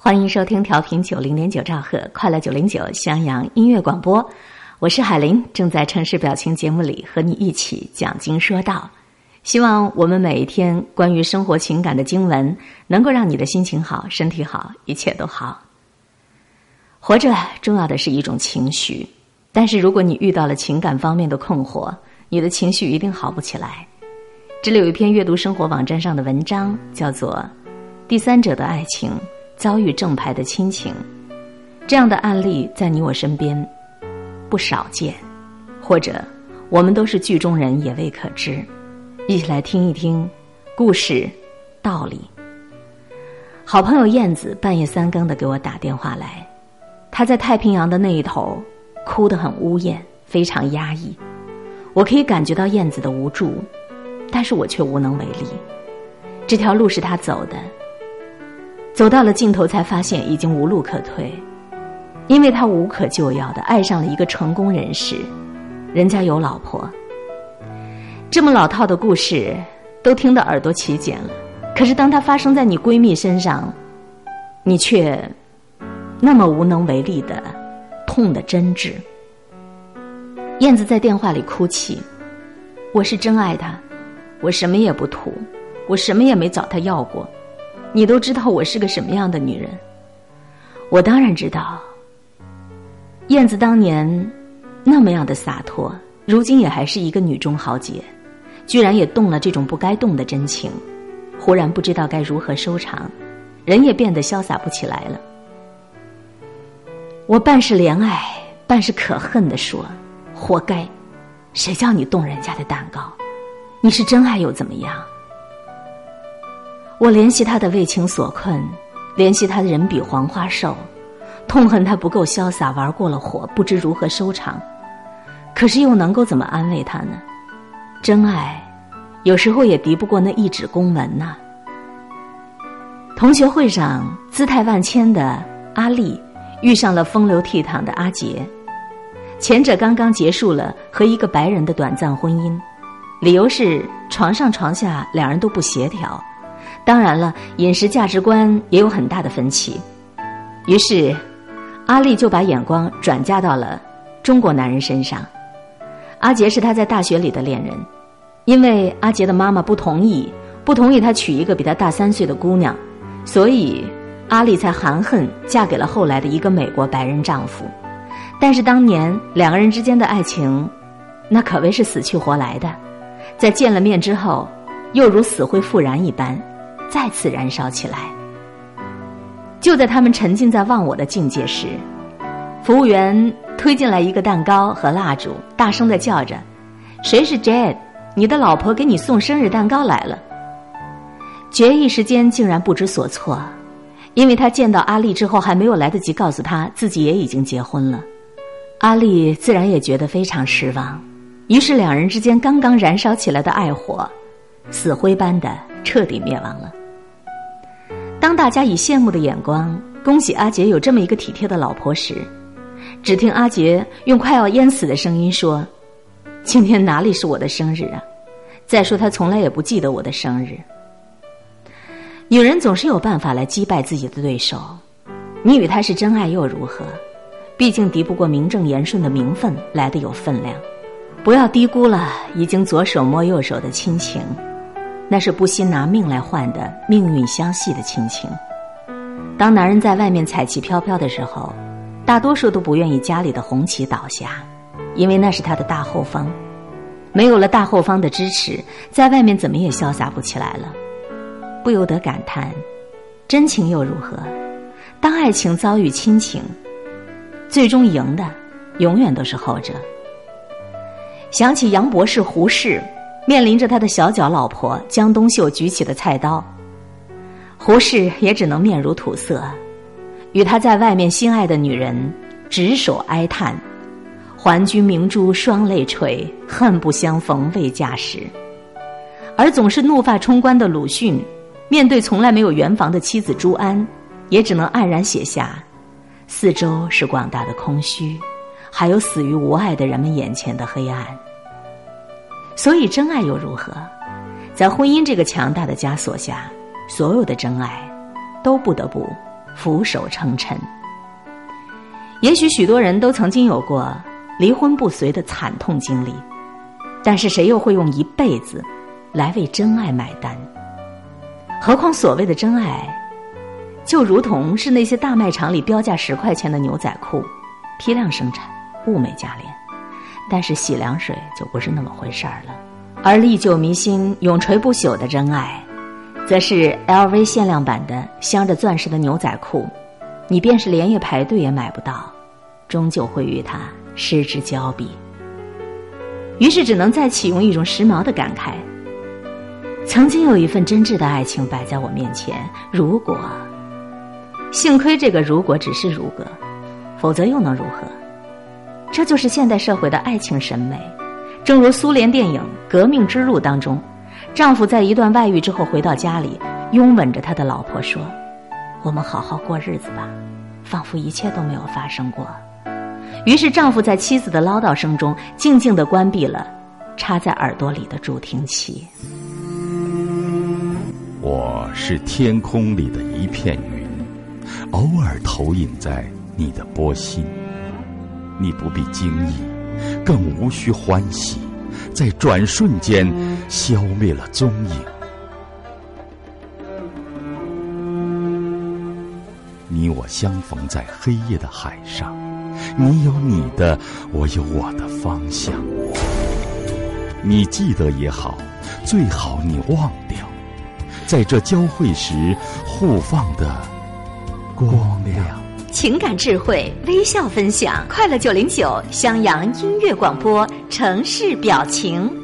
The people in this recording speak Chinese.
欢迎收听调频90.9兆赫快乐909襄阳音乐广播，我是海玲，正在城市表情节目里和你一起讲经说道。希望我们每一天关于生活情感的经文能够让你的心情好，身体好，一切都好。活着重要的是一种情绪，但是如果你遇到了情感方面的困惑，你的情绪一定好不起来。这里有一篇阅读生活网站上的文章，叫做第三者的爱情遭遇正牌的亲情，这样的案例在你我身边不少见，或者我们都是剧中人也未可知。一起来听一听故事道理。好朋友燕子半夜3更的给我打电话来，她在太平洋的那一头哭得很呜咽，非常压抑。我可以感觉到燕子的无助，但是我却无能为力。这条路是她走的，走到了尽头才发现已经无路可退，因为他无可救药的爱上了一个成功人士，人家有老婆。这么老套的故事都听得耳朵起茧了，可是当它发生在你闺蜜身上，你却那么无能为力的痛得真挚。燕子在电话里哭泣，我是真爱他，我什么也不图，我什么也没找他要过，你都知道我是个什么样的女人。我当然知道，燕子当年那么样的洒脱，如今也还是一个女中豪杰，居然也动了这种不该动的真情，忽然不知道该如何收场，人也变得潇洒不起来了。我半是怜爱，半是可恨地说，活该，谁叫你动人家的蛋糕，你是真爱又怎么样？我怜惜他的为情所困，怜惜他的人比黄花瘦，痛恨他不够潇洒，玩过了火，不知如何收场。可是又能够怎么安慰他呢？真爱有时候也敌不过那一纸公文呐。同学会上姿态万千的阿丽遇上了风流倜傥的阿杰，前者刚刚结束了和一个白人的短暂婚姻，理由是床上床下两人都不协调，当然了，饮食价值观也有很大的分歧。于是阿丽就把眼光转嫁到了中国男人身上。阿杰是他在大学里的恋人，因为阿杰的妈妈不同意他娶一个比他大3岁的姑娘，所以阿丽才含恨嫁给了后来的一个美国白人丈夫。但是当年两个人之间的爱情那可谓是死去活来的，在见了面之后又如死灰复燃一般再次燃烧起来。就在他们沉浸在忘我的境界时，服务员推进来一个蛋糕和蜡烛，大声地叫着，谁是 Jade， 你的老婆给你送生日蛋糕来了。Jade 一时间竟然不知所措，因为他见到阿丽之后还没有来得及告诉他自己也已经结婚了。阿丽自然也觉得非常失望，于是两人之间刚刚燃烧起来的爱火死灰般的彻底灭亡了。当大家以羡慕的眼光恭喜阿杰有这么一个体贴的老婆时，只听阿杰用快要淹死的声音说，今天哪里是我的生日啊，再说他从来也不记得我的生日。女人总是有办法来击败自己的对手，你与他是真爱又如何，毕竟敌不过名正言顺的名分来得有分量。不要低估了已经左手摸右手的亲情，那是不惜拿命来换的命运相系的亲情。当男人在外面彩旗飘飘的时候，大多数都不愿意家里的红旗倒下，因为那是他的大后方。没有了大后方的支持，在外面怎么也潇洒不起来了。不由得感叹，真情又如何？当爱情遭遇亲情，最终赢的永远都是后者。想起杨博士胡适面临着他的小脚老婆江冬秀举起的菜刀，胡适也只能面如土色，与他在外面心爱的女人执手哀叹，还君明珠双泪垂，恨不相逢未嫁时。而总是怒发冲冠的鲁迅，面对从来没有圆房的妻子朱安，也只能黯然写下，四周是广大的空虚，还有死于无爱的人们眼前的黑暗。所以真爱又如何？在婚姻这个强大的枷锁下，所有的真爱都不得不俯首称臣。也许许多人都曾经有过离婚不遂的惨痛经历，但是谁又会用一辈子来为真爱买单？何况所谓的真爱，就如同是那些大卖场里标价10块钱的牛仔裤，批量生产，物美价廉，但是洗凉水就不是那么回事儿了。而历久弥新、永垂不朽的真爱，则是 LV 限量版的镶着钻石的牛仔裤，你便是连夜排队也买不到，终究会与它失之交臂。于是只能再启用一种时髦的感慨：曾经有一份真挚的爱情摆在我面前，如果，幸亏这个如果只是如果，否则又能如何？这就是现代社会的爱情审美。正如苏联电影《革命之路》当中，丈夫在一段外遇之后回到家里，拥吻着他的老婆说：我们好好过日子吧，仿佛一切都没有发生过。于是丈夫在妻子的唠叨声中静静地关闭了插在耳朵里的助听器。 我是天空里的一片云，偶尔投影在你的波心。你不必惊异，更无需欢喜，在转瞬间消灭了踪影。你我相逢在黑夜的海上，你有你的，我有我的方向。你记得也好，最好你忘掉，在这交汇时互放的光亮。 情感智慧，微笑分享，快乐909，襄阳音乐广播，城市表情。